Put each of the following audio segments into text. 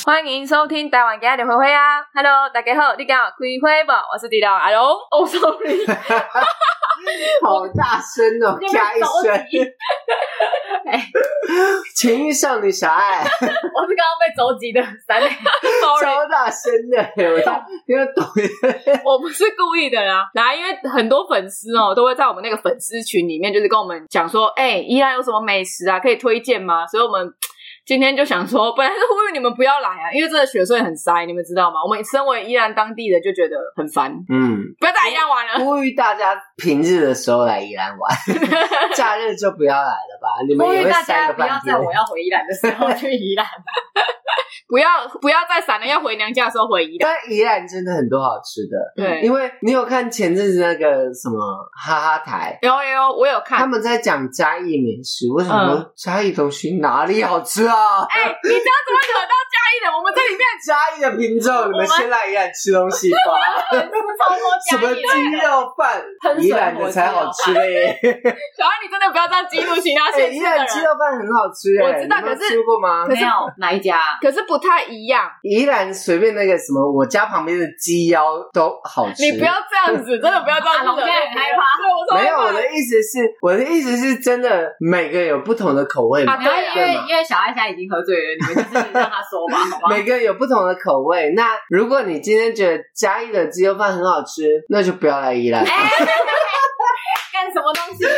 欢迎收听台湾今日的花花啊 ！Hello， 大家好，你敢有开会不？我是迪龙阿龙。哦 ，sorry， 好大声哦，加一声。情欲少女小爱， 我是刚刚被肘击的三妹， 超大声的，我听得懂。 我不是故意的啦，因为很多粉丝哦都会在我们那个粉丝群里面，就是跟我们讲说，宜兰有什么美食啊，可以推荐吗？所以我们今天就想说，本来是呼吁你们不要来啊，因为真的雪隧很塞，你们知道吗？我们身为宜兰当地的就觉得很烦，不要在宜兰玩了。 呼吁大家平日的时候来宜兰玩，假日就不要来了吧，你们也会塞个半天。 呼吁大家不要在我要回宜兰的时候去宜兰，不要在闪人要回娘家的时候回宜兰。 但宜兰真的很多好吃的， 对， 因为你有看前阵子那个什么哈哈台， 有我有看， 他们在讲嘉义美食，为什么嘉义东西哪里好吃啊？ 你这样怎么扯到嘉义的？我们这里面嘉义的品种，你们先来宜兰吃东西吧。 超多嘉义的， 什么鸡肉饭，宜兰的才好吃嘞。 小安，你真的不要这样激怒其他县市的人。 宜兰鸡肉饭很好吃我知道，可是吃过吗？ 没有，哪一家？可是不太一样。 宜兰随便那个什么，我家旁边的鸡腰都好吃。 你不要这样子，真的不要这样子。我现在很害怕。 没有，我的意思是真的，每个有不同的口味嘛。 对，因为小安现在已经喝醉了，你们就是让他说吧，好吧？ 每个有不同的口味。那如果你今天觉得嘉义的鸡肉饭很好吃，那就不要来宜兰。 干什么东西？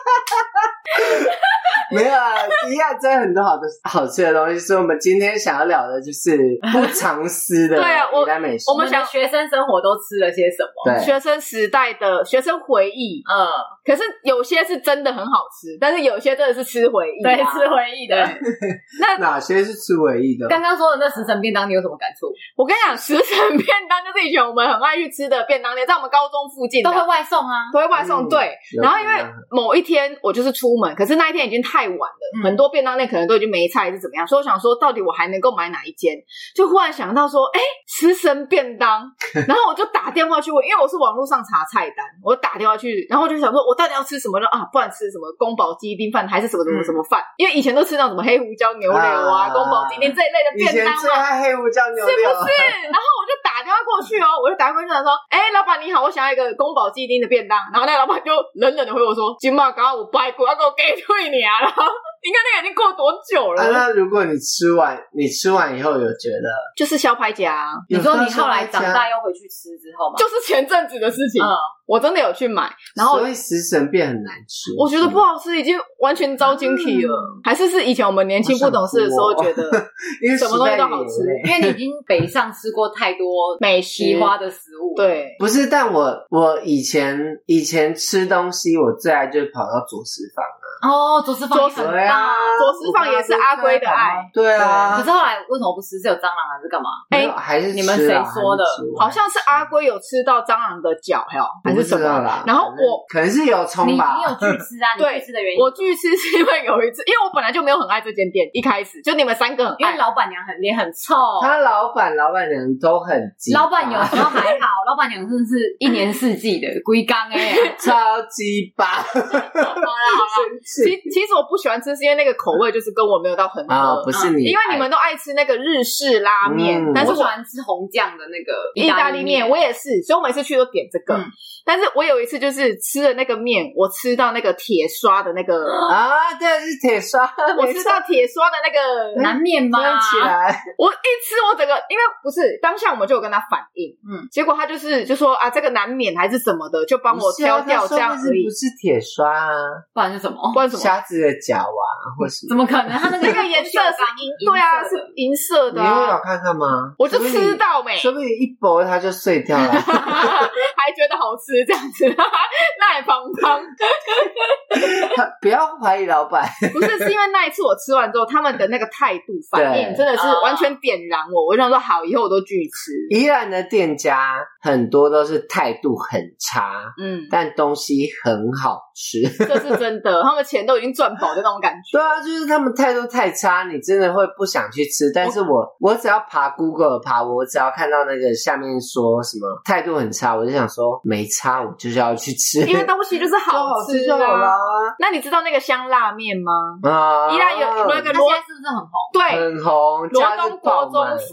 没有啊，宜兰真的很多好吃的东西，所以我们今天想要聊的就是不藏私的宜兰美食。 我们想学生生活都吃了些什么？对，学生时代的学生回忆。可是有些是真的很好吃，但是有些真的是吃回忆。对，吃回忆的。 那哪些是吃回忆的？ 刚刚说的那食神便当，你有什么感触？我跟你讲，食神便当就是以前我们很爱去吃的便当店，在我们高中附近都会外送啊，都会外送。对，然后因为某一天我就是出门，可是那一天已经太晚了，很多便当店可能都已经没菜是怎么样，所以我想说到底我还能够买哪一间，就忽然想到说食神便当，然后我就打电话去问，因为我是网络上查菜单，我打电话去，然后我就想说我到底要吃什么呢？不然吃什么宫保鸡丁饭还是什么什么饭，因为以前都吃那种什么黑胡椒牛柳啊宫保鸡丁这一类的便当嘛， 以前最爱黑胡椒牛柳是不是？然后我就打电话过去我就打电话过去说老板你好，我想要一个宫保鸡丁的便当，然后那个老板就冷冷的回我说今嘛刚刚我拜过要给我给退你啊，然后你看那个已经过多久了那如果你吃完以后有觉得就是小排夹你说你后来长大又回去吃之后吗？就是前阵子的事情我真的有去买，然后所以食神便很难吃， 我觉得不好吃，已经完全糟精体了还是以前我们年轻不懂事的时候觉得什么东西都好吃，因为你已经北上吃过太多美食花的食物。对， 不是，但我以前吃东西我最爱就是跑到左食房左食房很大，左食房也是阿龟的爱。 对啊， 可是后来为什么不吃？是有蟑螂还是干嘛？ 还是你们谁说的？好像是阿龟有吃到蟑螂的脚，还是什么？然后可能是有葱吧。 你有拒吃啊？你拒吃的原因？我拒吃是因为有一次，因为我本来就没有很爱这间店，一开始就你们三个很爱，因为老板娘脸很臭， 他老板娘都很鸡， 老板有时候还好，老板娘真的是一年四季的龟缸超鸡巴。 好啦，其实我不喜欢吃，是因为那个口味就是跟我没有到很合， 不是你， 因为你们都爱吃那个日式拉面，但是我喜欢吃红酱的那个意大利面，我也是，所以我每次去都点这个。但是我有一次就是吃了那个面，我吃到那个铁刷的那个对，是铁刷， 我吃到铁刷的那个南面吗？ 起来， 我一吃我整个，因为不是当下我们就有跟他反映，结果他就说这个难免还是什么的，就帮我挑掉这样而已。 不是铁刷不然是什么？不然什么？ 虾子的脚或是怎么可能？它那个颜色是银，对啊，是银色的。 你有要看看吗？ 我就吃到说不定一剥它就碎掉了， 还觉得好吃这样子，那也胖胖。 不要怀疑老板， 不是因为那一次我吃完之后，他们的那个态度反应真的是完全点燃我，我就想说好，以后我都拒吃。 宜兰的店家很多都是态度很差，但东西很好吃， 这是真的，他们钱都已经赚饱的那种感觉。 对啊，就是他们态度太差，你真的会不想去吃。但是我只要爬 Google 我只要看到那个下面说什么态度很差，我就想说说没差，我就是要去吃， 因为东西就是好吃就好啦。 那你知道那个香辣面吗？宜兰有那个它现在是不是很红？ 对， 很红。 罗东国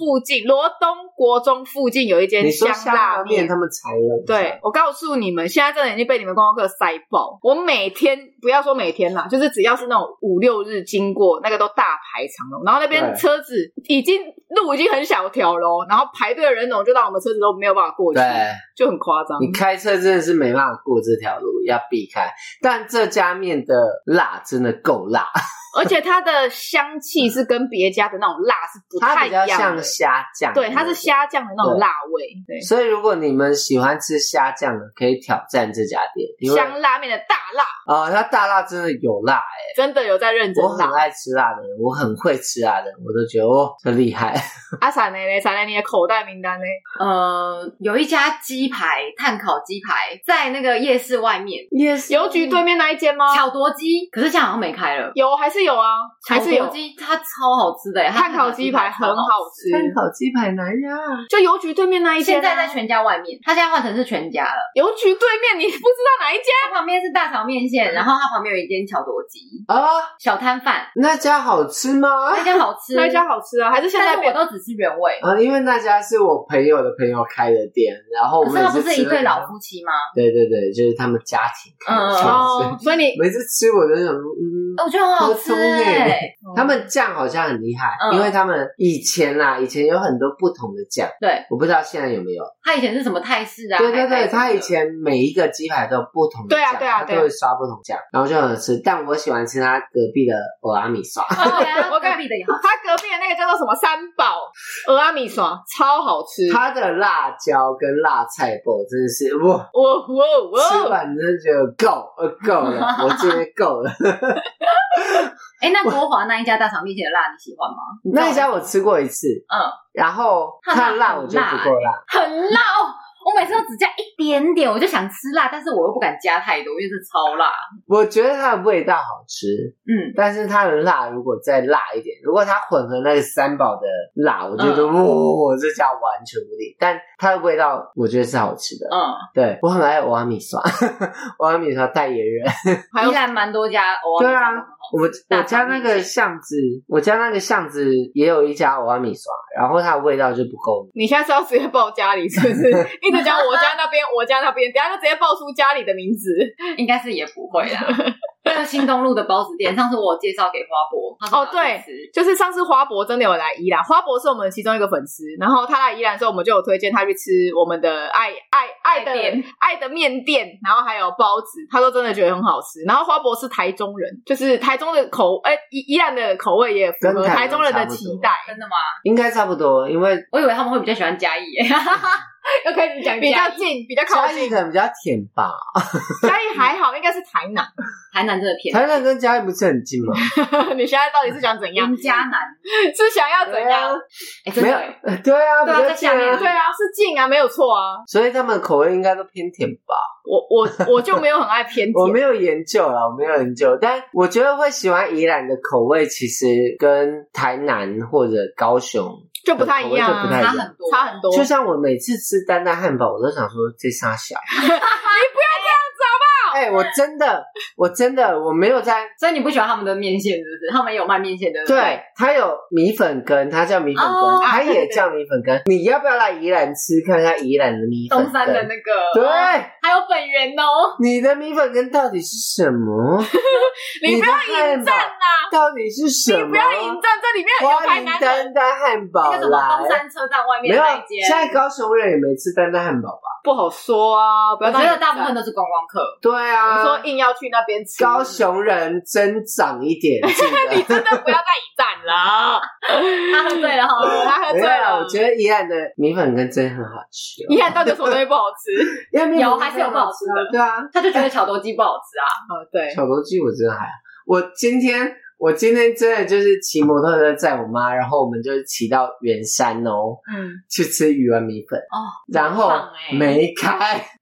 中附近有一间香辣面， 他们才有。 对，我告诉你们，现在真的已经被你们观光客塞爆。我每天不要说每天啦，就是只要是那种5、6日经过，那个都大排长龙，然后那边车子路已经很小条了，然后排队的人种就让我们车子都没有办法过去， 对， 就很夸张。 你开车真的是没办法过这条路，要避开。但这家面的辣真的够辣。 而且它的香气是跟别家的那种辣是不太一样的， 它比较像虾酱， 对，它是虾酱的那种辣味。对， 所以如果你们喜欢吃虾酱的，可以挑战这家店， 香辣面的大辣。 它大辣真的有辣真的有在认真辣。 我很爱吃辣的人，我很会吃辣的人，我都觉得这厉害。 闪雷闪雷，你的口袋名单呢？ 有一家鸡排，炭烤鸡排，在那个夜市外面， 邮局对面那一间吗？ 巧夺鸡，可是现在好像没开了。 有还是有啊？还是有鸡，它超好吃的， 炭烤鸡排很好吃。 炭烤鸡排哪一家？ 就邮局对面那一间。 现在在全家外面，它现在换成是全家了。 邮局对面你不知道哪一家？ 它旁边是大肠面线，然后它旁边有一间巧夺鸡小摊贩。 那家好吃吗？ 那家好吃， 那家好吃啊！还是现在我都只吃原味因为那家是我朋友的朋友开的店，然后我们可是他不是一对老夫妻吗？ 对对对，就是他们家庭开的。 所以你每次吃我都想我觉得很好吃他们酱好像很厉害，因为他们以前有很多不同的酱， 对， 我不知道现在有没有。 他以前是什么泰式啊？ 对对对，他以前每一个鸡排都有不同的酱，他都会刷不同酱，然后就很吃。但我喜欢吃他隔壁的蚵仔米刷。 我隔壁的也好吃， 他隔壁的那个叫做什么三宝蚵仔米刷，超好吃。 他的辣椒跟辣菜包真的是哇，吃完真的觉得够了，我今天够了。 那国华那一家大肠面线的辣你喜欢吗？ 那一家我吃过一次，然后它的辣我觉得不够辣， 很辣我每次都只加一点点，我就想吃辣，但是我又不敢加太多，因为是超辣。 我觉得它的味道好吃，但是它的辣如果再辣一点，如果它混合那个三宝的辣，我觉得这家完全不敌。但它的味道我觉得是好吃的，对，我很爱蚵仔米刷，蚵仔米刷代言人， 依然蛮多家蚵仔米刷。对啊， 我家那个巷子也有一家蚵仔米刷，然后它的味道就不够。 你现在是要直接报家里是不是？一直讲我家那边，我家那边，等一下就直接报出家里的名字， 应该是也不会啦。那个新东路的包子店，上次我有介绍给花博。 对，就是上次花博真的有来宜兰，花博是我们其中一个粉丝，然后他来宜兰的时候，我们就有推荐他去吃我们的爱的面店，然后还有包子，他说真的觉得很好吃。然后花博是台中人，就是台中的宜兰的口味也符合台中人的期待。 真的吗？ 应该差不多，因为我以为他们会比较喜欢嘉义又开始讲比较近，比较靠近， 嘉义可能比较甜吧。 嘉义还好，应该是台南。 台南真的偏。 台南跟嘉义不是很近吗？ 你现在到底是想怎样？ 嘉南是想要怎样？ 没有， 对啊，比较近啊， 对啊，是近啊，没有错啊。 所以他们的口味应该都偏甜吧？ 我就没有很爱偏甜。 我没有研究啦，我没有研究，但我觉得会喜欢宜兰的口味，其实跟台南或者高雄就不太一样，差很多。 就像我每次吃丹丹汉堡，我都想说这啥小， 你不要这样子好不好？ 我真的我没有在， 所以你不喜欢他们的面线是不是？他们有卖面线的， 对，他有米粉羹，他叫米粉羹，他也叫米粉羹。你要不要来宜兰吃看看宜兰的米粉羹？ 东山的那个， 对， 还有本源哦。 你的米粉羹到底是什么？ 你不要引战啦！ 到底是什么？ 你不要引战，这里面有台南丹丹汉堡来。 那个什么东山车站外面那一间， 现在高雄人也没吃丹丹汉堡吧？ 不好说啊，不要。 我觉得大部分都是观光客。 对啊， 你说硬要去那边吃， 高雄人增长一点。 你真的不要再引战了。 他喝醉了哈， 他喝醉了。 我觉得宜兰的米粉羹真的很好吃。 宜兰到底有什么东西不好吃？ 有还是有不好吃的？ 对啊， 他就觉得巧夺鸡不好吃啊。 对， 巧夺鸡我真的还好。我今天真的就是骑摩托车载我妈，然后我们就骑到圆山去吃鱼丸米粉然后没开。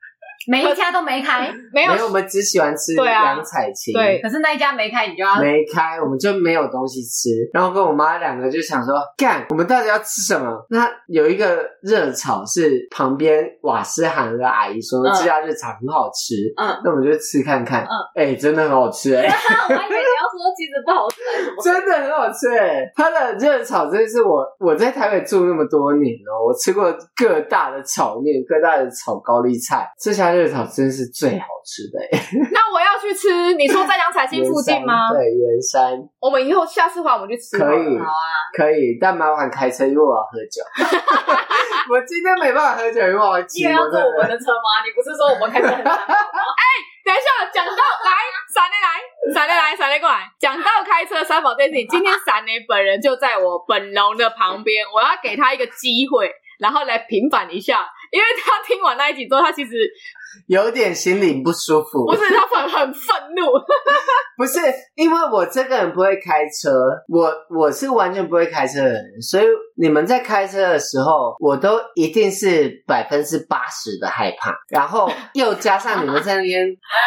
每一家都没开， 没有，我们只喜欢吃杨彩青。 对， 可是那一家没开，你就要没开，我们就没有东西吃。然后跟我妈两个就想说，干，我们到底要吃什么？那有一个热炒是旁边瓦斯行的阿姨说这家热炒很好吃，那我们就吃看看。真的很好吃我以为你要说其实不好吃， 真的很好吃它的热炒真的是我在台北住那么多年我吃过各大的炒面，各大的炒高丽菜，这家热炒真是最好吃的那我要去吃，你说在杨彩青附近吗？ 对，圆山。 我们以后下次回来我们去吃。 可以， 好啊， 可以，但麻烦开车，因为我要喝酒。我今天没办法喝酒，因为我骑摩托车。 你也要坐我们的车吗？你不是说我们开车很难吗？ 等一下，讲到来，闪雷过来。讲到开车三宝这件事情，今天闪雷本人就在我本楼的旁边，我要给他一个机会，然后来平反一下，因为他听完那一集之后，他其实有点心里不舒服。 不是，他很愤怒。 不是，因为我这个人不会开车，我是完全不会开车的人，所以你们在开车的时候，我都一定是80%的害怕，然后又加上你们在那边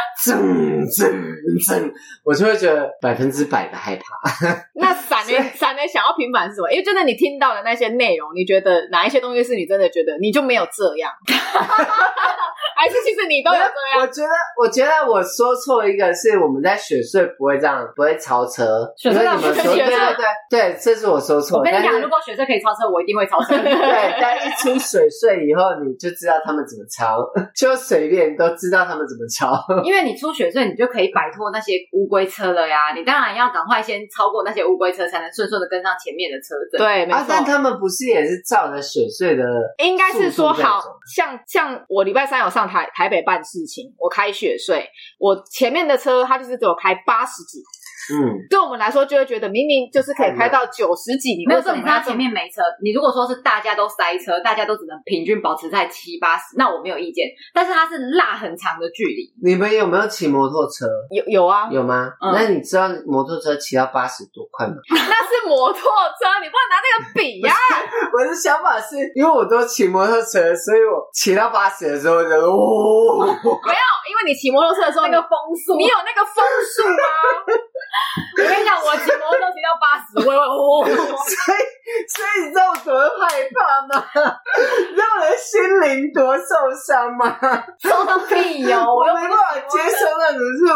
噌，我就会觉得100%的害怕。 那闪雷想要平反是什么？因为真的你听到的那些内容，你觉得哪一些东西是你真的觉得你就没有这样？还是其实你都有这样？ 我觉得我说错一个是我们在雪隧不会这样，不会超车。 雪隧你们说对，这是我说错。 我跟你讲，如果雪隧可以超车，我一定会超车。 对，但一出雪隧以后，你就知道他们怎么超，就随便都知道他们怎么超。 因为你出雪隧，你就可以摆脱那些乌龟车了呀。你当然要赶快先超过那些乌龟车，才能顺顺的跟上前面的车子。 对，没错。 但他们不是也是照着雪隧的？ 应该是说好像我礼拜三有上台北办事情，我开雪隧，我前面的车它就是只有开80几。对我们来说就会觉得明明就是可以开到90几，你没有说你知道前面没车，你如果说是大家都塞车，大家都只能平均保持在70、80，那我没有意见。但是它是拉很长的距离。 你们有没有骑摩托车？ 有啊， 有吗？那你知道摩托车骑到80多快吗？ 那是摩托车，你不能拿那个比呀。 我的想法是因为我都骑摩托车，所以我骑到80的时候就没有，因为你骑摩托车的时候那个风速， 你有那个风速啊。 我跟你讲，我骑摩托车骑到80， 所以你知道我多害怕吗？你知道我的心灵多受伤吗？ 受伤屁哟！ 我没办法接受那种是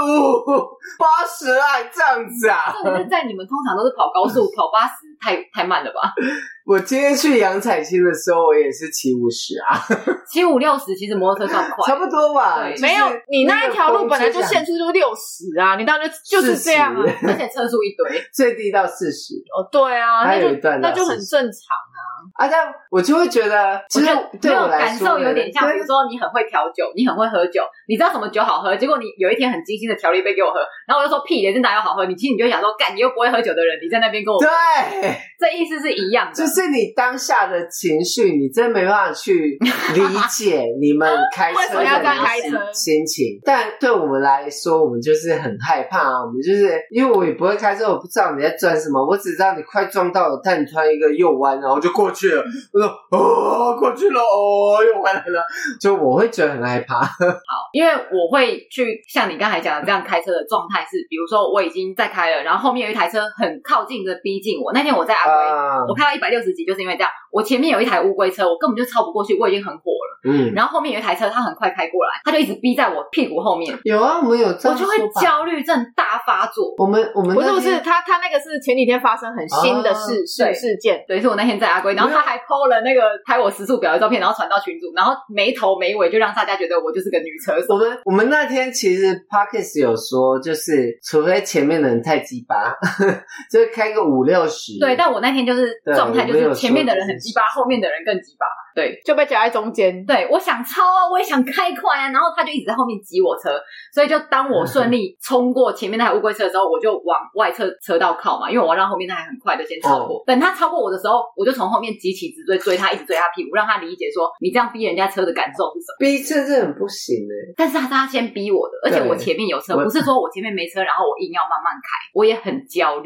80还这样子啊！ 重点是在你们通常都是跑高速，跑80太慢了吧？ 我今天去杨彩青的时候，我也是骑50啊， 骑50、60，其实摩托车算快， 差不多吧。 没有，你那一条路本来就限速就60啊，你当然就是这样啊， 而且车速一堆， 最低到40。 对啊， 还有一段那就很正常啊。 但我就会觉得，其实对我来说， 感受有点像，比如说你很会调酒，你很会喝酒，你知道什么酒好喝，结果你有一天很精心的调了一杯给我喝，然后我就说屁咧，这哪有好喝？你其实你就想说，干，你又不会喝酒的人，你在那边跟我对， 这意思是一样的， 就是你当下的情绪，你真没办法去理解你们开车的心情。但对我们来说，我们就是很害怕啊，我们就是因为我也不会开车，我不知道你在转什么，我只知道你快撞到了，但你突然一个右弯，然后就过去了。我说过去了又回来了，就我会觉得很害怕。好， 因为我会去像你刚才讲的这样开车的状态是，比如说我已经在开了，然后后面有一台车很靠近的逼近我。那天我在阿龟，我开到160几，就是因为这样，我前面有一台乌龟车，我根本就超不过去，我已经很火了。然后后面有一台车，它很快开过来，它就一直逼在我屁股后面。 有啊，我们有这样， 我就会焦虑症大发作。 我们不是他那个是前几天发生很新的事件， 对，是我那天在阿龟，然后他还 po 了那个拍我时速表的照片，然后传到群组，然后没头没尾就让大家觉得我就是个女车手。 我们那天其实 Podcast 有说，就是除非前面的人太鸡巴，就是开个5、60。 对，但我那天就是状态就是前面的人很鸡巴，后面的人更鸡巴。对， 就被夹在中间。 对，我想超啊，我也想开快啊，然后他就一直在后面挤我车，所以就当我顺利冲过前面那台乌龟车的时候，我就往外侧车道靠嘛，因为我要让后面那台很快的先超过。等他超过我的时候，我就从后面急起直追他，一直追他屁股，让他理解说你这样逼人家车的感受是什么。 逼车是很不行的， 但是他先逼我的，而且我前面有车，不是说我前面没车，然后我硬要慢慢开，我也很焦虑。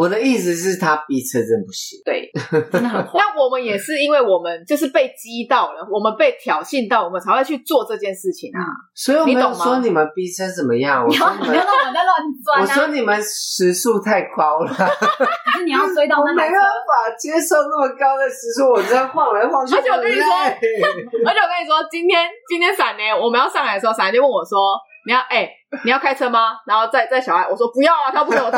我的意思是他逼车真不行， 对，真的很坏。 那我们也是因为我们就是被激到了，我们被挑衅到，我们才会去做这件事情啊。 所以我没有说你们逼车怎么样，我说你们我们在乱钻啊。 我说你们时速太高了， 可是你要追到那台车， 我没办法接受那么高的时速，我这样晃来晃去。 而且我跟你说，今天闪雷我们要上来的时候，闪雷就问我说：“你要开车吗？”然后载小孩，我说不要啊，他不给我载。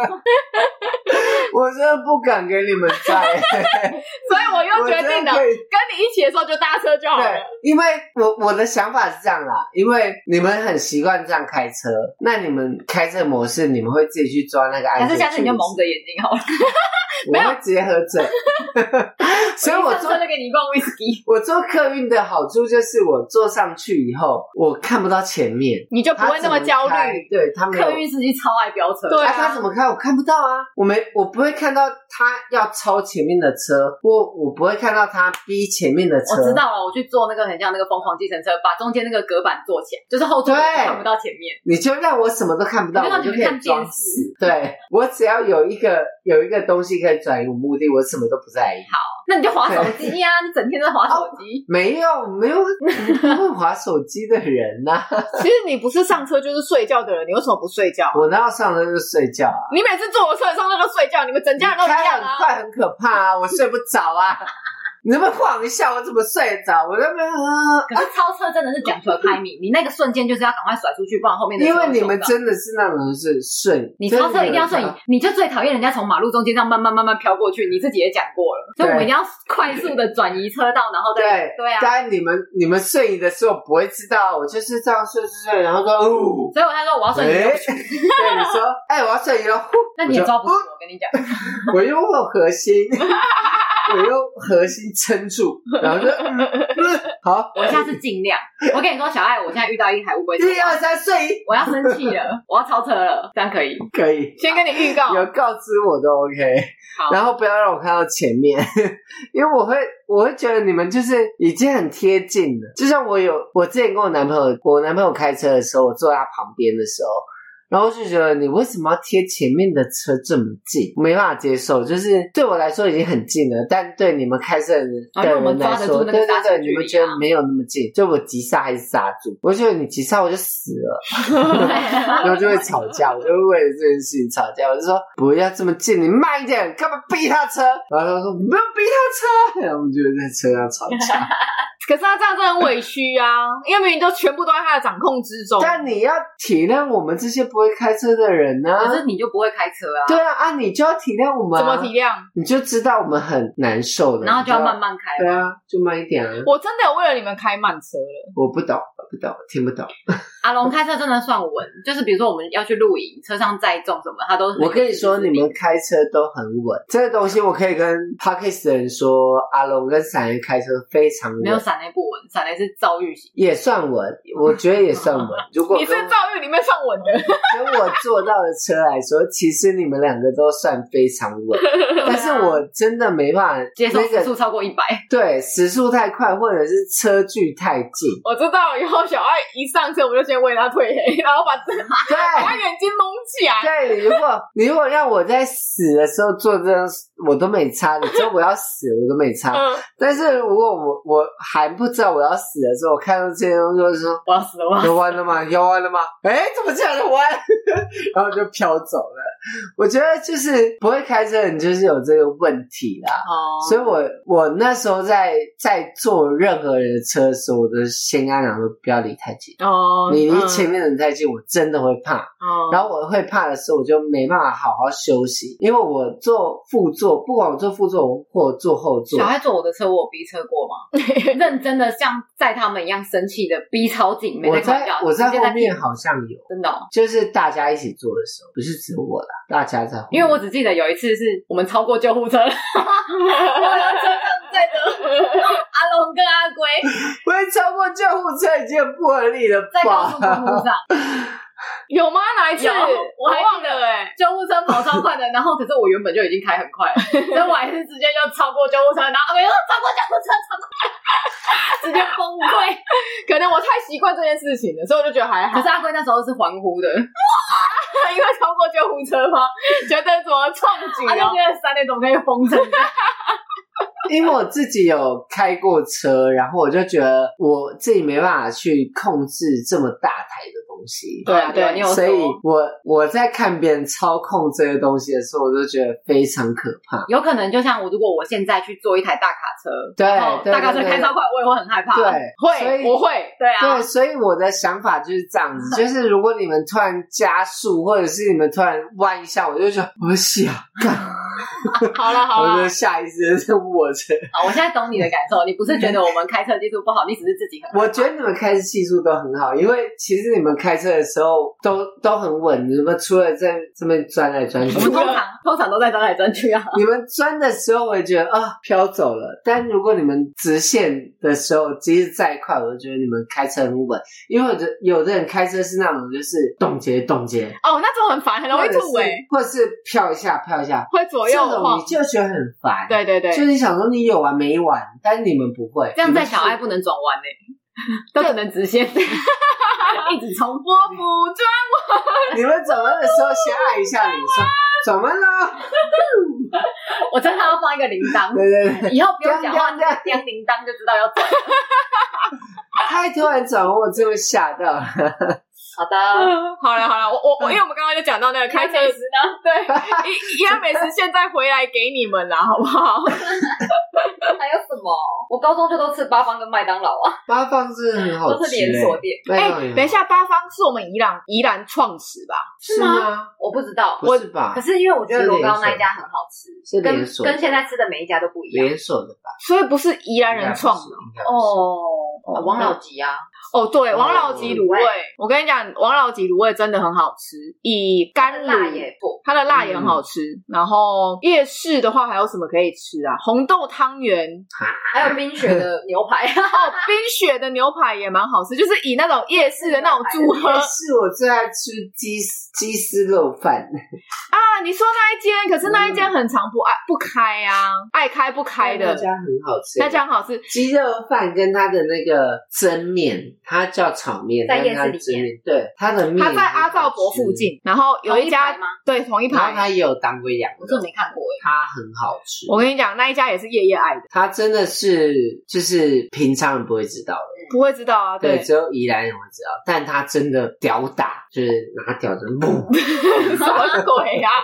我真的不敢给你们载， 所以我又决定了跟你一起的时候就搭车就好了。 对，因为我的想法是这样啦，因为你们很习惯这样开车，那你们开车模式你们会自己去抓那个安全距离， 还是下次你就蒙着眼睛好了。 我会直接喝醉。所以我坐就给你一罐 whisky。 我坐客运的好处就是我坐上去以后，我看不到前面， 你就不会那么焦虑。 对，他们客运司机超爱飙车， 对啊， 他怎么开我看不到啊，我不会看到他要超前面的车，我不会看到他逼前面的车。 我知道了，我去坐那个很像那个疯狂计程车，把中间那个隔板坐起来，就是后座看不到前面， 你就让我什么都看不到，我就可以装死。对，我只要有一个东西可以转移我目的，我什么都不在意。 好，那你就滑手机呀，你整天都在滑手机。 没有不会滑手机的人啊。 其实你不是上车就是睡觉的人，你为什么不睡觉？ 我哪有上车就睡觉啊？ 你每次坐我车上车就睡觉，你们整家人都一样啊。 开很快很可怕啊，我睡不着啊。你能不能晃一下，我怎么睡得着？我那边可是超车真的是讲求 timing， 你那个瞬间就是要赶快甩出去，不然后面的因为你们真的是那种是顺， 你超车一定要顺，你就最讨厌人家从马路中间这样慢慢飘过去，你自己也讲过了，所以我们一定要快速的转移车道，然后再对啊。 当然你们瞬移的时候不会知道，我就是这样睡，然后说所以我才说我要瞬移。 对，你说我要瞬移了， 那你也抓不住，我跟你讲， 我用核心。我用核心撑住，然后就好。 我下次尽量。我跟你说，小爱，我现在遇到一台乌龟车，1、2、 3，睡。 我要生气了，我要超车了，这样可以？ 可以。 先跟你预告， 有告知我都 OK。 好， 然后不要让我看到前面，因为我会觉得你们就是已经很贴近了。就像我之前跟我男朋友开车的时候，我坐在他旁边的时候。然后就觉得你为什么要贴前面的车这么近？没办法接受，就是对我来说已经很近了，但对你们开车的人来说，对，你们觉得没有那么近。就我急刹还是刹住，我觉得你急刹我就死了，然后就会吵架，我就会为了这件事情吵架。我就说不要这么近，你慢一点，干嘛逼他车？然后他说不要逼他车，然后我们就在车上吵架。 可是他这样真的很委屈啊，因为明明就全部都在他的掌控之中。 但你要体谅我们这些不会开车的人啊。 可是你就不会开车啊？ 对啊，你就要体谅我们。 怎么体谅？ 你就知道我们很难受的， 然后就要慢慢开。 对啊，就慢一点啊。 我真的有为了你们开慢车了。 我不懂，听不懂。 阿龙开车真的算稳，就是比如说我们要去露营，车上载重什么，他都我跟你说，你们开车都很稳。这个东西我可以跟 Podcast 的人说，阿龙跟闪雷开车非常稳。 没有闪雷不稳，闪雷是躁郁型， 也算稳，我觉得也算稳。如果你是躁郁里面算稳的， 跟我坐到的车来说，其实你们两个都算非常稳。但是我真的没办法接受时速超过100， 对，时速太快，或者是车距太近。 我知道，以后小爱一上车，我就先为他退黑，然后把他眼睛蒙起来。 对，你如果让我在死的时候做这样，我都没差。你说我要死，我都没差。但是如果我还不知道我要死的时候，我看到这些东西，就说我要死了， 有弯了吗？有弯了吗？怎么这样的弯？然后就飘走了。我觉得就是不会开车人就是有这个问题啦。所以我那时候在坐任何人的车的时候，我都先跟他讲说不要离太近。你离前面的人太近，我真的会怕。然后我会怕的时候，我就没办法好好休息，因为我坐副座，不管我坐副座或坐后座。 小孩坐我的车，我有逼车过吗？认真的像载他们一样生气的逼超紧，没在我在后面好像有， 真的就是大家一起坐的时候，不是只有我啦，大家在后面。 因为我只记得有一次是我们超过救护车了，载着阿龙跟阿龟， 会超过救护车已经很不合理了吧？ 在高速公路上。 有吗？哪一次？ 我还忘了救护车跑超快的，然后可是我原本就已经开很快了，所以我还是直接就超过救护车，然后没有超过救护车，直接崩溃。 可能我太习惯这件事情了，所以我就觉得还好。 可是阿龟那时候是欢呼的，哇！ 因为超过救护车吗？觉得怎么创举啊？就觉得3点怎么可以封成这样？ 因为我自己有开过车，然后我就觉得我自己没办法去控制这么大台的东西。 对啊，对啊，你有说。 所以我在看别人操控这些东西的时候，我就觉得非常可怕。 有可能就像如果我现在去坐一台大卡车， 对， 大卡车开超快，我也会很害怕。 对， 我会，对啊， 对，所以我的想法就是这样子，就是如果你们突然加速，或者是你们突然弯一下，我就觉得我想干。 好了， 我就下意识的握着。 好，我现在懂你的感受，你不是觉得我们开车技术不好，你只是自己很好。 我觉得你们开车技术都很好，因为其实你们开车的时候都很稳，你们除了在这边钻来钻去， 我们通常都在钻来钻去啊。 你们钻的时候，我也觉得飘走了。但如果你们直线的时候，即使再快，我就觉得你们开车很稳。因为有的人开车是那种就是动接哦，那种很烦，很容易吐或者是飘一下， 会左右晃， 你就觉得很烦。 对， 就是你想说你有完没完，但是你们不会。 这样在小爱不能转弯都只能直线，一直重复。我不转弯。 你们转弯的时候先按一下，你说转弯了。 我真的要放一个铃铛， 对， 以后不用讲话，这样叮铃铛就知道要转。 太突然转弯，我真的吓到了。 好的， 好了，我因为我们刚刚就讲到那个开车时呢，对，宜兰美食现在回来给你们啦，好不好？ 还有什么？我高中就都吃八方跟麦当劳啊， 八方是很好吃， 都是连锁店。 等一下，八方是我们宜兰创始吧？ 是吗？我不知道， 不是吧？ 可是因为我觉得罗高那一家很好吃， 是连锁， 跟现在吃的每一家都不一样， 连锁的吧？ 所以不是宜兰人创的王老吉啊。 哦，对，王老吉卤味，我跟你讲，王老吉卤味真的很好吃，以干卤，它的辣也很好吃。然后夜市的话还有什么可以吃啊？红豆汤圆， 还有冰雪的牛排。 冰雪的牛排也蛮好吃，就是以那种夜市的那种组合。 夜市我最爱吃鸡丝肉饭啊！你说那一间，可是那一间很常不开啊，爱开不开的。 那家很好吃， 那家很好吃， 鸡肉饭跟它的那个蒸面。它叫炒面， 在夜市里面。 对，它的面， 它在阿照伯附近，然后有一家对同一排， 然后它也有当归羊肉， 我真没看过它很好吃。 我跟你讲，那一家也是夜爱的， 它真的是就是平常人不会知道的， 不会知道啊， 对，只有宜兰人会知道，但它真的屌打，就是拿屌子木， 什么鬼啊？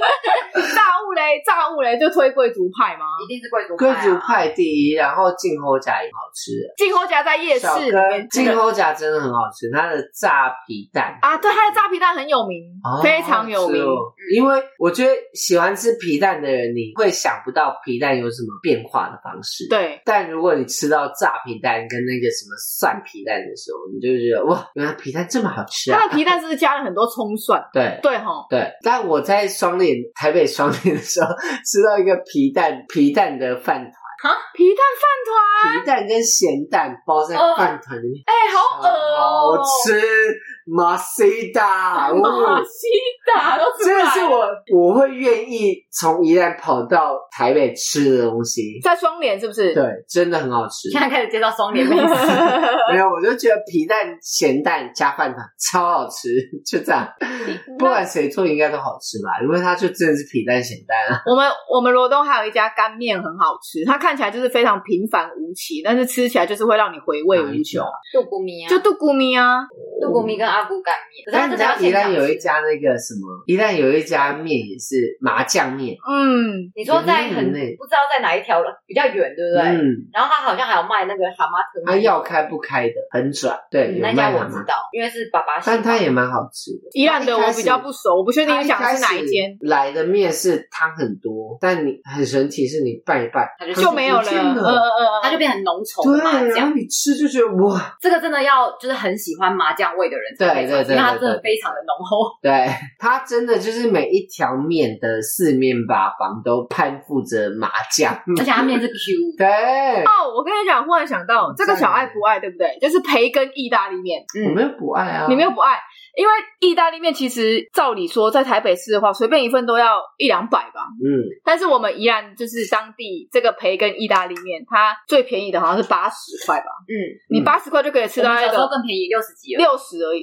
炸物嘞，就推贵族派吗？ 一定是贵族派，贵族派第一，然后静候甲也好吃， 静候甲在夜市里面， 静候甲真的很好吃，它的炸皮蛋啊，对，它的炸皮蛋很有名，非常有名。 因为我觉得喜欢吃皮蛋的人，你会想不到皮蛋有什么变化的方式， 对。 但如果你吃到炸皮蛋跟那个什么蒜皮蛋的时候，你就觉得哇，原来皮蛋这么好吃啊！ 它的皮蛋是不是加了很多葱蒜？ 对齁。 对，但我在台北双连的时候吃到一个皮蛋的饭团。 皮蛋饭团， 皮蛋跟咸蛋包在饭团里面， 好恶好吃，马西达， 都出来了， 这是我会愿意从宜兰跑到台北吃的东西， 在双连是不是？ 对，真的很好吃。 现在开始介绍双连美食， 没有，我就觉得皮蛋、咸蛋加饭团超好吃，就这样，不管谁做应该都好吃吧，因为它就真的是皮蛋咸蛋啊。 我们罗东还有一家干面很好吃，它看起来就是非常平凡无奇，但是吃起来就是会让你回味无穷。 杜古米啊， 就杜古米啊， 杜古米跟阿姑干面。 但你知道宜兰有一家那个什么？宜兰有一家面也是麻酱面。 你说在不知道在哪一条了，比较远，对不对？然后他好像还有卖那个蛤蟆藤， 他要开不开的，很拽。对， 那家我知道，因为是爸爸喜欢， 但它也蛮好吃的。 宜兰的我比较不熟，我不确定你讲的是哪一间。 来的面是汤很多，但你很神奇是你拌一拌， 就没有了， 它就变很浓稠的麻酱。 然后你吃就觉得哇， 这个真的要就是很喜欢麻酱味的人才会尝，因为它真的非常的浓厚。 对，它真的就是每一条面的四面八方都攀附着麻酱， 而且它面是 Q。 对我跟你讲，忽然想到这个小爱不爱，对不对？就是培根意大利面。 我没有不爱啊， 你没有不爱。因为意大利面其实照理说在台北市的话，随便一份都要100-200吧。但是我们宜兰就是当地这个培根意大利面，它最便宜的好像是80块吧。你80块就可以吃到那个， 小时候更便宜60几了，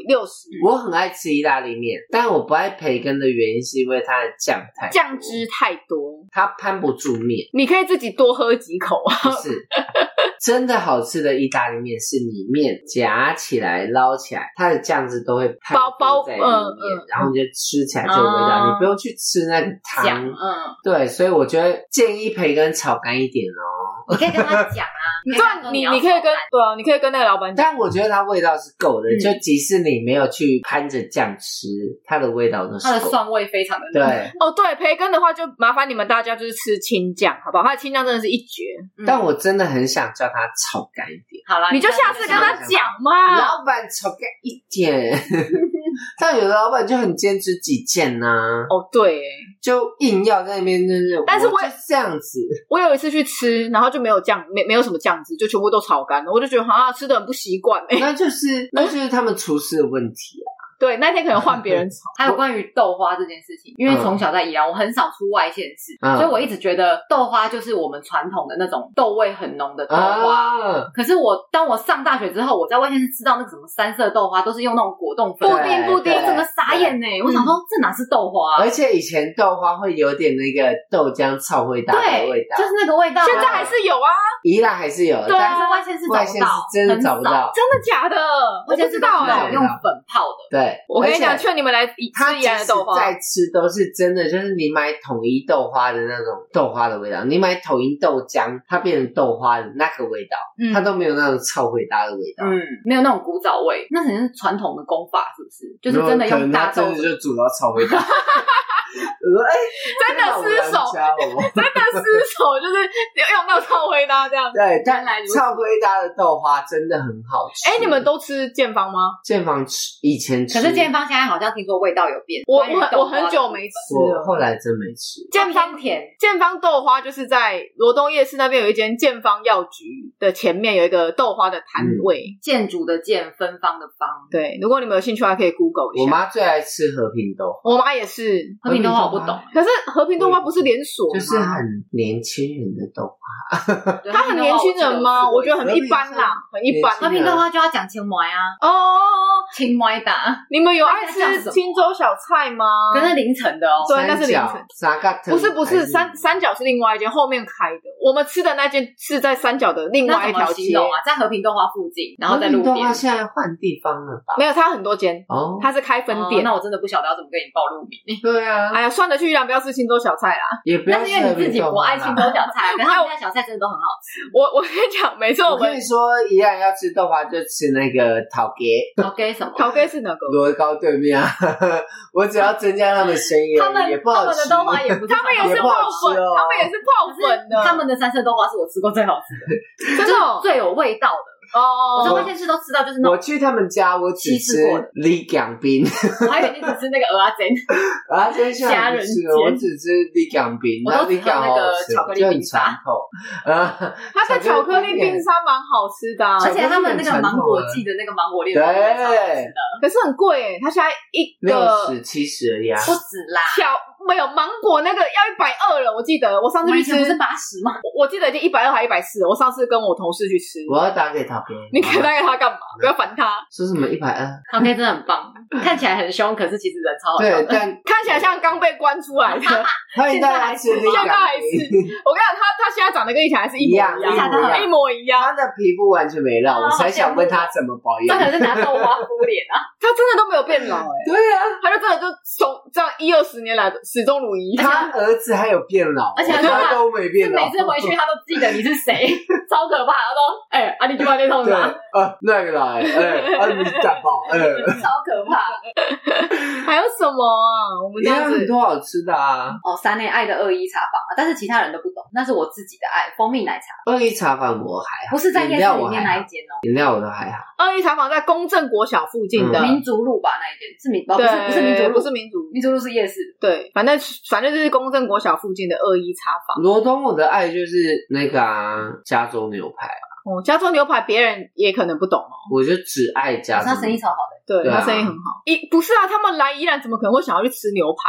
60。 我很爱吃意大利面，但我不爱培根的原因是因为它的酱汁太多， 它攀不住面。 你可以自己多喝几口啊。 不是，真的好吃的意大利面是你面夹起来捞起来，它的酱汁都会攀附在里面，然后你就吃起来就有味道，你不用去吃那个汤。对，所以我觉得建议培根炒干一点哦。 你可以跟他讲啊， 你可以跟你可以跟那个老板讲， 但我觉得它味道是够的，就即使你没有去攀着酱吃，它的味道都是够的， 它的酸味非常的对。 对，培根的话就麻烦你们大家就是吃青酱，好不好？它的青酱真的是一绝。 但我真的很想叫它炒干一点。 好啦， 你就下次跟他讲嘛， 老板炒干一点。但有的老板就很坚持己见呐。 对， 就硬要在那边， 但是我就这样子。 我有一次去吃，然后就没有酱，没有什么酱汁，就全部都炒干了，我就觉得吃的很不习惯。 那就是他们厨师的问题啊。 对，那天可能换别人炒。 还有关于豆花这件事情，因为从小在宜兰，我很少出外县市，所以我一直觉得豆花就是我们传统的那种豆味很浓的豆花。可是当我上大学之后，我在外县市吃到那个什么3色豆花，都是用那种果冻粉布丁， 整个傻眼呢。我想说这哪是豆花？ 而且以前豆花会有点那个豆浆炒味道的味道， 就是那个味道。 现在还是有啊， 宜兰还是有， 但是外县市找不到， 真的找不到。 真的假的？我不知道用粉泡的。 对。 我跟你讲，劝你们来吃宜兰的豆花， 再吃都是真的，就是你买统一豆花的那种豆花的味道，你买统一豆浆，它变成豆花的那个味道，它都没有那种超会搭的味道， 没有那种古早味，那可能是传统的功法，是不是？就是真的用大豆， 真的就煮到超会搭。我说真的失手，就是用到超会搭这样。 对，但超会搭的豆花真的很好吃。 你们都吃建芳吗？ 建芳以前吃， 可是建芳现在好像听说味道有变。 我很久没吃了， 我后来真没吃。 建芳豆花就是在罗东夜市那边有一间建芳药局的前面有一个豆花的摊位， 建筑的建，芬芳的芳。 对，如果你们有兴趣还可以 Google 一下。 我妈最爱吃和平豆花， 我妈也是。 和平豆花我不懂， 可是和平豆花不是连锁吗？ 就是很年轻人的豆花。 它很年轻人吗？我觉得很一般啦，很一般。 和平豆花就要讲青梅啊。青梅打。 你们有爱吃青州小菜吗？ 可是凌晨的哦。 对，那是凌晨。不是三角是另外一间后面开的，我们吃的那间是在三角的另外一条街在和平豆花附近，然后在路边。和平豆花现在换地方了吧？ 没有，它很多间它是开分店。 那我真的不晓得要怎么跟你报路名。 对啊。 哎呀，算了，去宜兰不要吃青州小菜啦。 也不要吃。 但是因为你自己不爱青州小菜，可是他们家小菜真的都很好吃。 我跟你讲，每次我跟你说，宜兰要吃豆花就吃那个桃鸡。 桃鸡什么？ 桃鸡是哪个？ 罗高对面啊。我只要增加他们生意，也不好吃。 他们的豆花也不是， 他们也是泡粉，他们也是泡粉的。 他们的3色豆花是我吃过最好吃的，真的最有味道的。我在外县市都吃到就是那种。 我去他们家，我只吃李港冰， 我还以为你只吃那个鹅仔煎， 鹅仔煎虾仁煎，我只吃李港冰， 我都只喝那个巧克力冰沙。 它的巧克力冰沙蛮好吃的， 而且他们那个芒果季的那个芒果炼乳超好吃的， 可是很贵它现在一个 60、70而已啊， 不止啦。 没有芒果那个要120了，我记得我上次去吃不是80吗？ 我记得已经120还140了。我上次跟我同事去吃， 我要打给他。 你打给他干嘛？不要烦他。 说什么120？ 咖啡真的很棒，看起来很凶，可是其实人超好笑的。 对，但看起来像刚被关出来的。 现在还是， 现在还是。我跟你讲，他现在长得跟以前还是一模一样。 他的皮肤完全没老，我才想问他怎么保养。 他可能是拿豆花敷脸啊， 他真的都没有变老对啊， 他就真的就从这样10-20年来始终如一。 他儿子还有变老， 而且他都没变老。 每次回去他都记得你是谁，超可怕。他说：“你去外面痛啥？ 那个来，你感冒， 超可怕。” 还有什么啊？我们这样子很多好吃的啊。 山内爱的21茶坊，但是其他人都不懂，那是我自己的爱，蜂蜜奶茶。 21茶坊我还好， 不是在夜市里面那一间饮料我都还好。 21茶坊在公正国小附近的民族路吧，那一间是不是民族路， 不是民族路是夜市。对，反正就是公正国小附近的21茶坊。 罗东我的爱就是那个加州牛排加州牛排别人也可能不懂我就只爱加州。 他生意超好的。 对，他生意很好。不是啊，他们来宜兰怎么可能会想要去吃牛排啊？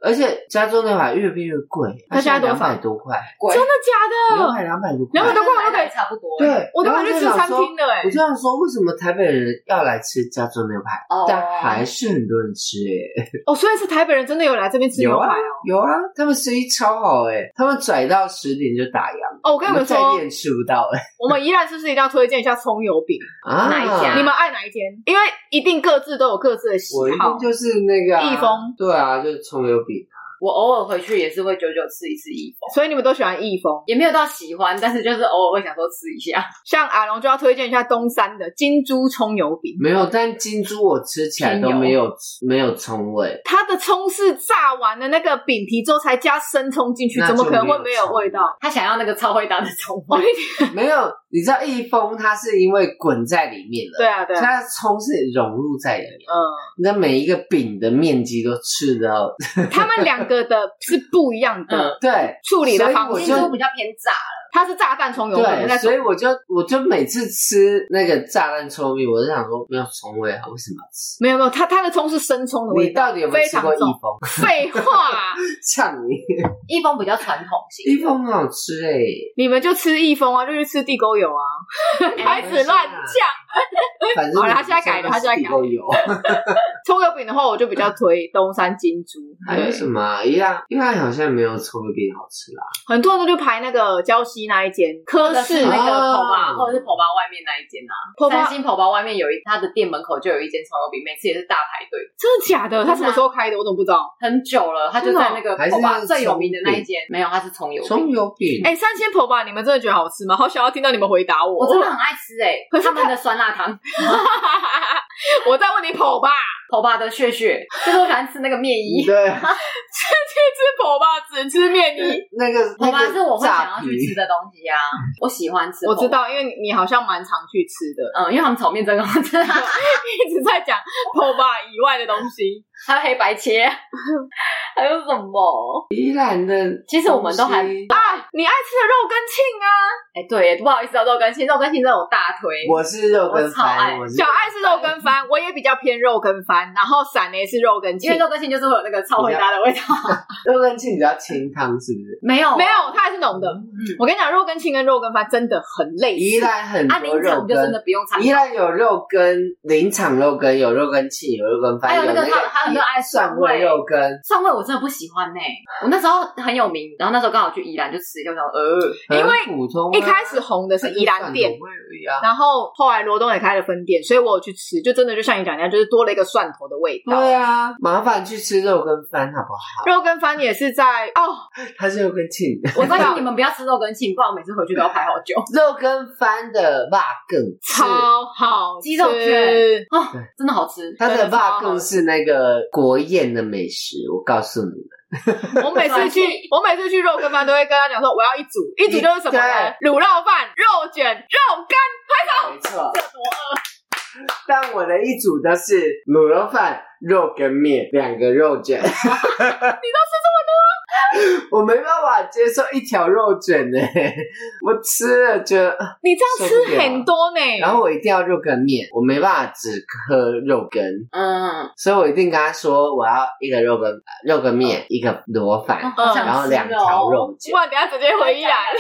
而且加州牛排越变越贵，它现在200多块， 真的假的 ？200多块 ，200多块我都可以差不多。 对， 我都跑去吃餐厅的我就想说，为什么台北人要来吃加州牛排，但还是很多人吃所以是台北人真的有来这边吃牛排有啊，他们生意超好他们拽到10点就打烊。 我跟你们说， 在店吃不到我们宜兰是不是一定要推荐一下葱油饼？ 哪一家？ 你们爱哪一间？因为一定各自都有各自的喜好。 我一定就是那个益丰。 对啊，就是葱油饼。 我偶尔回去也是会久久吃一次益丰， 所以你们都喜欢益丰， 也没有到喜欢，但是就是偶尔会想说吃一下。 像阿龙就要推荐一下东山的金珠葱油饼。 没有，但金珠我吃起来都没有葱味。 它的葱是炸完的那个饼皮之后才加生葱进去，怎么可能会没有味道？ 他想要那个超会搭的葱味。 没有，你知道益丰它是因为滚在里面了， 对啊， 它的葱是融入在里面，你的每一个饼的面积都吃到。 他们两个的是不一样的， 对， 处理的方式， 金珠比较偏炸了。 它是炸弹葱油饼， 对，所以我就每次吃那个炸弹葱油饼，我就想说没有葱味啊，为什么要吃？ 没有，它的葱是生葱的味道。 你到底有没有吃过益丰？ 废话， 呛你！ 益丰比较传统型， 益丰很好吃你们就吃益丰啊，就去吃地沟油啊，开始乱讲。反正好了，他现在改了，他现在改了。葱油饼的话，我就比较推东山金珠。 还有什么？宜兰好像没有葱油饼好吃啦。 很多人都去排那个礁溪那一间科室那个婆巴，或者是婆巴外面那一间三星婆巴外面有他的店门口就有一间葱油饼，每次也是大排队。 真的假的？他什么时候开的？我怎么不知道？ 很久了，他就在那个婆巴最有名的那一间。没有，他是葱油饼。 葱油饼。 三星婆巴，你们真的觉得好吃吗？好想要听到你们回答我。 我真的很爱吃可是他们的酸辣汤。 我在问你婆巴的血，就是我喜欢吃那个面衣。 对， 吃婆巴只吃面衣。 那个婆巴是我会想要去吃的东西啊，我喜欢吃。 我知道，因为你好像蛮常去吃的。 因为他们炒面真的好吃。 一直在讲婆巴以外的东西， 还有黑白切，还有什么？ 宜兰的， 其实我们都还你爱吃的肉羹庆啊？ 对，不好意思肉羹庆真的我大推。 我是肉羹番， 小爱是肉羹番，我也比较偏肉羹番，然后闪雷是肉羹庆， 因为肉羹庆就是会有那个超会搭的味道。 肉羹庆比较清汤，是不是？ 没有， 它还是浓的。我跟你讲，肉羹庆跟肉羹番真的很类似。 宜兰很多肉羹， 就真的不用参考。 宜兰有肉羹，林场肉羹，有肉羹庆，有肉羹番， 还有那个还有那个爱蒜味肉羹。 蒜味我真的不喜欢我那时候很有名，然后那时候刚好去宜兰就吃，就想因为普通一开始红的是宜兰店，然后后来罗东也开了分店，所以我有去吃，就真的就像你讲一样，就是多了一个蒜头的味道。 对啊，麻烦去吃肉羹番好不好？ 肉羹番也是在它是肉羹庆。 我发现你们不要吃肉羹庆，不然我每次回去都要排好久。 肉羹番的肉羹超好吃， 鸡肉卷真的好吃。 它的肉羹是那个国宴的美食，我告诉你们。 我每次去肉羹番都会跟他讲说，我要一组就是什么呢？卤肉饭、肉卷、肉干，拍手。 没错，这多饿。但我的一组都是卤肉饭、肉跟面2个肉卷。你都吃这么多？ 我没办法接受一条肉卷我吃了就你这样吃很多然后我一定要肉跟面，我没办法只喝肉羹，所以我一定跟他说我要一个肉跟面，一个螺饭，然后2条肉卷。 哇，等一下直接回忆来了。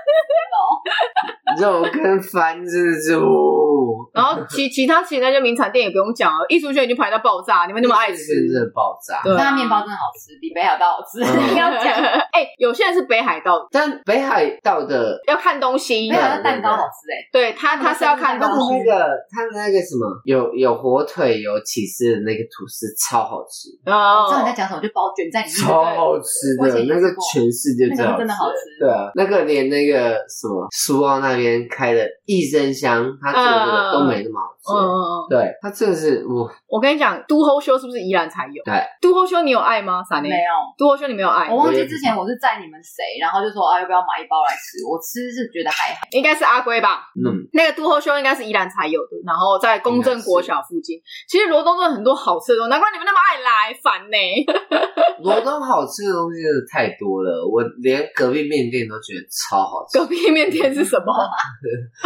肉跟番真的是然后其他那些名产店也不用讲了，艺术圈已经排到爆炸，你们那么爱吃， 真的爆炸。 对，它面包真的好吃，比北海道好吃。你要讲， 有些人是北海道， 但北海道的要看东西， 北海道蛋糕好吃对，它是要看东西。 它的那个什么，有火腿，有起司的那个吐司，超好吃。 我知道你在讲什么，就把我卷在里面， 超好吃的，那个全世界最好吃， 真的好吃。 对啊，那个连那个什么苏澳那边开的益生香，它做的都没那么好吃。对，它真的是我跟你讲，都后修是不是宜兰才有？ 对， 都后修你有爱吗？傻妹没有， 都后修你没有爱。 我忘记之前我是载你们谁，然后就说要不要买一包来吃？我吃是觉得还好， 应该是阿龟吧。那个都后修应该是宜兰才有的，然后在公正国小附近。其实罗东真的很多好吃的东西，难怪你们那么爱来，烦罗东好吃的东西真的太多了，我连隔壁面店都觉得超好吃。 隔壁面店是什么？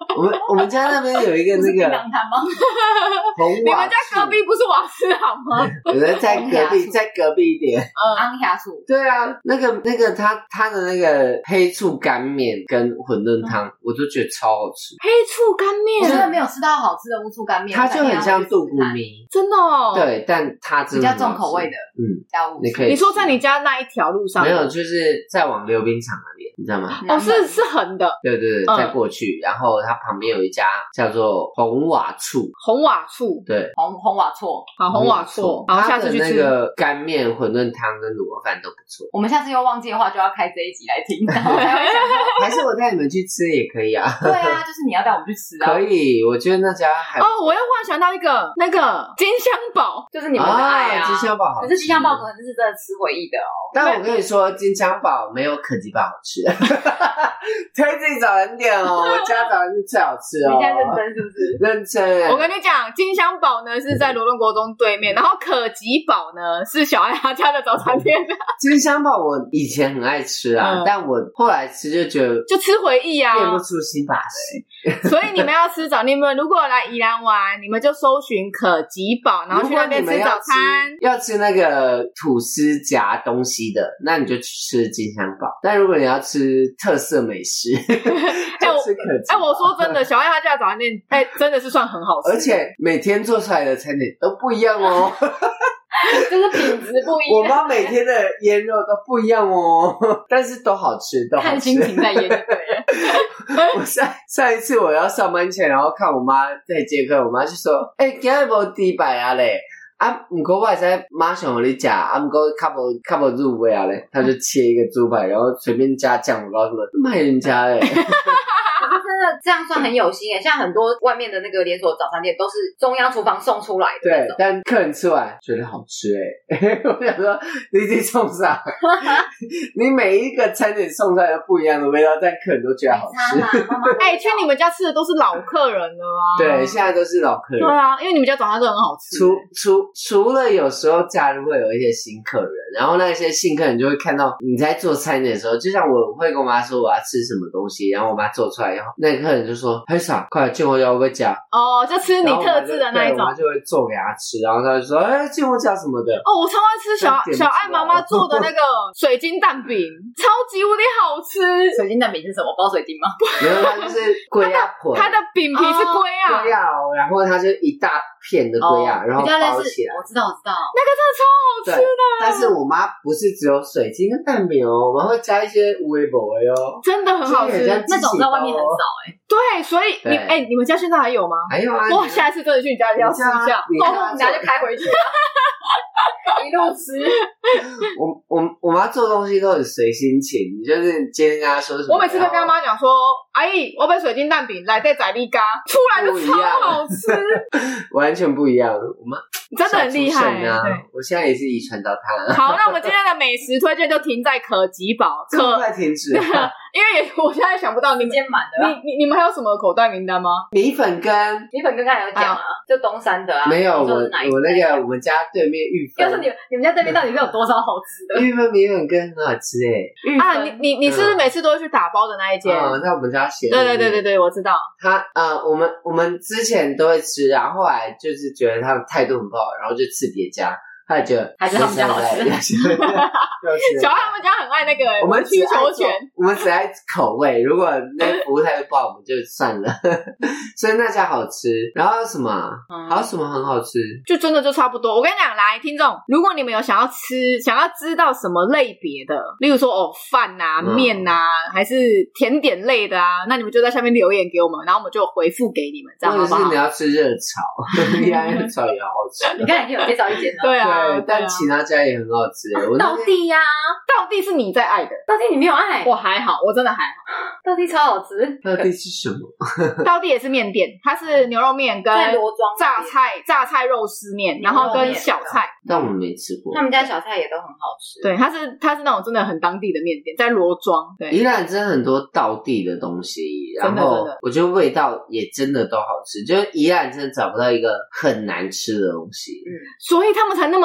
我们家那边有一个那个槟榔摊吗？ 你们家隔壁不是瓦斯行吗？ 有人在隔壁一点。 昂霞醋。 对啊，那个他的那个黑醋干面跟馄饨汤，我都觉得超好吃。 黑醋干面， 我真的没有吃到好吃的乌醋干面， 它就很像杜菇米， 真的哦。 对，但它真的比较重口味的，加乌醋。 你可以。 你说在你家那一条路上？ 没有，就是在往溜冰场那边，你知道吗？ 哦，是横的。 对对对，再过去，然后它旁边有一家叫做红瓦醋。 红瓦醋， 对， 红瓦错。 好，红瓦醋。好，下次去吃。 那个干面、馄饨汤跟卤肉饭都不错。 我们下次又忘记的话，就要开这一集来听，然后才会想说， 还是我带你们去吃也可以啊。 对啊，就是你要带我们去吃啊。 可以，我觉得那家还我又幻想到一个那个金香堡， 就是你们的爱啊。 金香堡好吃， 可是金香堡可能是真的吃回忆的哦。 但我跟你说，金香堡没有可吉堡好吃。推自己早餐店哦，我家早餐店最好吃哦。 你现在认真是不是？ 认真。 我跟你讲，金香堡呢是在罗顿国中对面，然后可吉堡呢是小爱他家的早餐店。 金香堡我以前很爱吃啊，但我后来吃就觉得就吃回忆啊， 变不出新把戏。 所以你们要吃你们如果来宜兰玩，你们就搜寻可吉堡，然后去那边吃早餐。 要吃那个吐司夹东西的，那你就去吃金香堡。但如果你要吃特色美食，就吃可吉堡。 我说真的，小爱他家的早餐店，真的是算很好吃， 而且每天做出来的餐点都不一样哦。 就是品质不一样。 我妈每天的腌肉都不一样哦，但是都好吃，都好吃。 看心情在腌就对了。 我上一次我要上班前，然后看我妈在接客，我妈就说：“今日无猪排啊嘞，不过我会使马上给你吃，不过较无入味啊嘞。”她就切一个猪排，然后随便加酱油，什么卖人家嘞。 真的这样算很有心耶，像很多外面的那个连锁早餐店都是中央厨房送出来的。 对，但客人吃完觉得好吃我想说你自己送上，你每一个餐点送出来都不一样的味道，但客人都觉得好吃。 去你们家吃的都是老客人了啊。 对，现在都是老客人。 对啊，因为你们家早餐都很好吃。 除了有时候假日会有一些新客人，然后那些新客人就会看到你在做餐点的时候，就像我会跟我妈说我要吃什么东西，然后我妈做出来以后，那个客人就说：“很爽，快进我家我夹。” 就吃你特制的那一种。 我妈就会做给他吃，然后他就说：“进我家什么的。” 我超爱吃小爱妈妈做的那个水晶蛋饼，超级无敌好吃。 水晶蛋饼是什么？包水晶吗？ 没有，它就是龟鸭婆。 它的饼皮是龟啊， 然后它就一大片的龟啊，然后包起来。 我知道， 那个真的超好吃的。 但是我妈不是只有水晶跟蛋饼哦，我们会加一些微波的哦， 真的很好吃。 那种在外面很少对，所以你们家现在还有吗？ 还有啊！ 哇，下一次真的去你家要吃一下， 我们家就开回去了。一路吃， 我妈做东西都很随心情，就是今天跟她说什么， 我每次都跟她妈讲说，阿姨，我买水晶蛋饼来在仔力嘎，出来就超好吃， 完全不一样。我妈真的很厉害啊！ 对，我现在也是遗传到她了。 好，那我们今天的美食推荐就停在可吉堡， 快停止， 因为我现在想不到你们今天满的， 你们还有什么口袋名单吗？ 米粉跟刚才有讲啊，就东山的啊， 没有我那个我们家对面玉芬， 要是你们家对面到底是有多少好吃的？ 玉芬米粉羹很好吃你是不是每次都会去打包的那一间？ 在我们家写。 对，我知道。 我们之前都会吃，然后后来就是觉得他们态度很不好，然后就吃别家。他也觉得还是他们家好吃。 小爱他们家很爱那个我们踢球权， 我们只爱口味。如果那服务态度不好，我们就算了。所以那家好吃。然后什么？还有什么很好吃？ 就真的就差不多。我跟你讲，来听众，如果你们有想要知道什么类别的，例如说饭啊、面啊，还是甜点类的啊，那你们就在下面留言给我们，然后我们就回复给你们，这样好不好？ 或者是你要吃热炒，热炒也好吃。 你看已经有介绍一间了。 对啊。 对，但其他家也很好吃。 道地呀， 道地是你在爱的， 道地你没有爱， 我还好，我真的还好。 道地超好吃。 道地是什么？ 道地也是面店，它是牛肉面跟榨菜肉丝面，然后跟小菜。 但我们没吃过。 他们家小菜也都很好吃。 对，它是那种真的很当地的面店，在罗庄。对， 宜兰真的很多道地的东西，然后我觉得味道也真的都好吃。就是宜兰真的找不到一个很难吃的东西。 所以他们才那么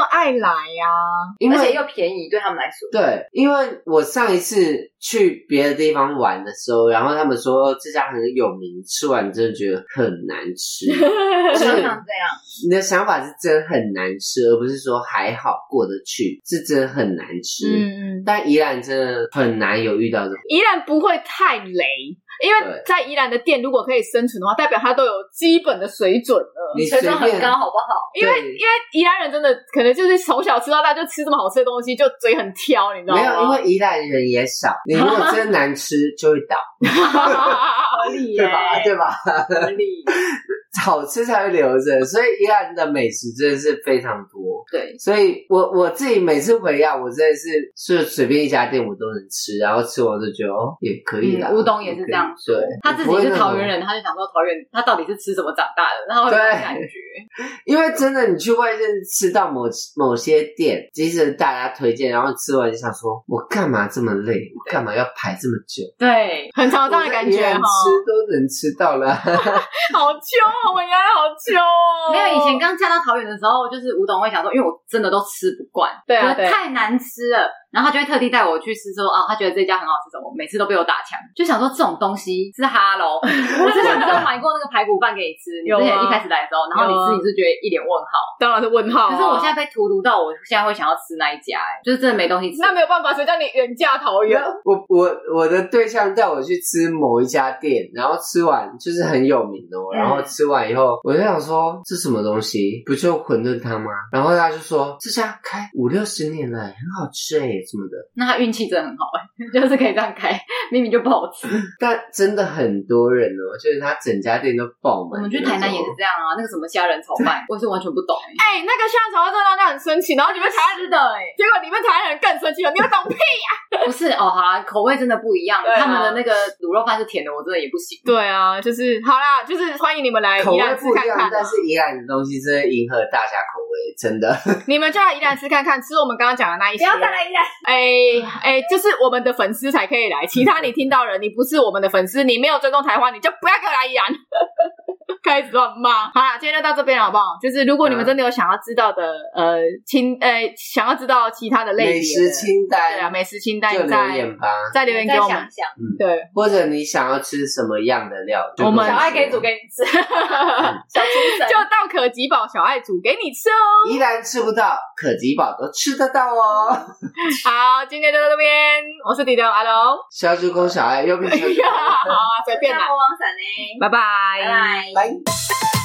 爱来啊， 而且又便宜，对他们来说。 对，因为我上一次去别的地方玩的时候，然后他们说这家很有名，吃完真的觉得很难吃。 常常这样， 你的想法是真的很难吃，而不是说还好过得去，是真的很难吃。但宜兰真的很难有遇到这种。 宜兰不会太雷，因为在宜兰的店如果可以生存的话，代表它都有基本的水准了， 你水准很高，好不好？ 因为宜兰人真的可能就是从小吃到大，就吃这么好吃的东西，就嘴很挑，你知道吗？ 没有，因为宜兰人也少，你如果真的难吃就会倒。 合理耶， 对吧？ 合理。 好吃才会留着，所以宜兰的美食真的是非常多。 对， 所以我自己每次回来，我真的是随便一家店我都能吃，然后吃完就觉得也可以啦。 乌冬也是这样说，他自己是桃园人，他就想说桃园他到底是吃什么长大的，然后会有感觉。 因为真的你去外县吃到某些店，即使大家推荐，然后吃完就想说，我干嘛这么累？我干嘛要排这么久？ 对，很常这样的感觉哈。 吃都能吃到了， 好穷。我们家好穷哦！ 没有，以前刚嫁到桃园的时候，就是吴董会想说，因为我真的都吃不惯， 对啊， 太难吃了，然后他就会特地带我去吃，说他觉得这家很好吃什么，每次都被我打枪，就想说这种东西是哈喽。我之前不是有买过那个排骨饭给你吃，你之前一开始来的时候，然后你是觉得一脸问号， 当然是问号。 可是我现在被荼毒到，我现在会想要吃那一家，就是真的没东西吃。 那没有办法，谁叫你远嫁桃园？ 我的对象带我去吃某一家店，然后吃完就是很有名的，然后吃完以后，我就想说这什么东西，不就馄饨汤吗？然后他就说这家开50-60年了，很好吃什么的。 那他运气真的很好就是可以这样开，明明就不好吃。 但真的很多人就是他整家店都爆满。 我们去台南也是这样啊，那个什么虾仁炒饭，我是完全不懂那个虾仁炒饭真的让人家很生气，然后你们台南的结果里面台南人更生气了，你们懂屁呀？ 不是好啦，口味真的不一样，他们的那个卤肉饭是甜的，我真的也不行。 对啊，就是好啦，就是欢迎你们来宜兰吃看看。 但是宜兰的东西真的迎合大家口味，真的。 你们就来宜兰吃看看，吃我们刚刚讲的那一些。 不要再来宜兰。 就是我们的粉丝才可以来，其他你听到了，你不是我们的粉丝，你没有追踪台湾，你就不要给我来宜兰。开始乱骂。好啦，今天就到这边了，好不好？就是如果你们真的有想要知道的，想要知道其他的类别美食清单， 对啊，美食清单就留言吧， 再留言给我们。对， 或者你想要吃什么样的料， 我们小爱可以煮给你吃。小厨神就到可吉堡小爱煮给你吃哦。 依然吃不到，可吉堡都吃得到哦。 好，今天就到这边，我是迪迪阿龙， 小主公小爱又变成好啊，随便啦。 大魔王伞呢？ 拜拜， 拜拜。 拜。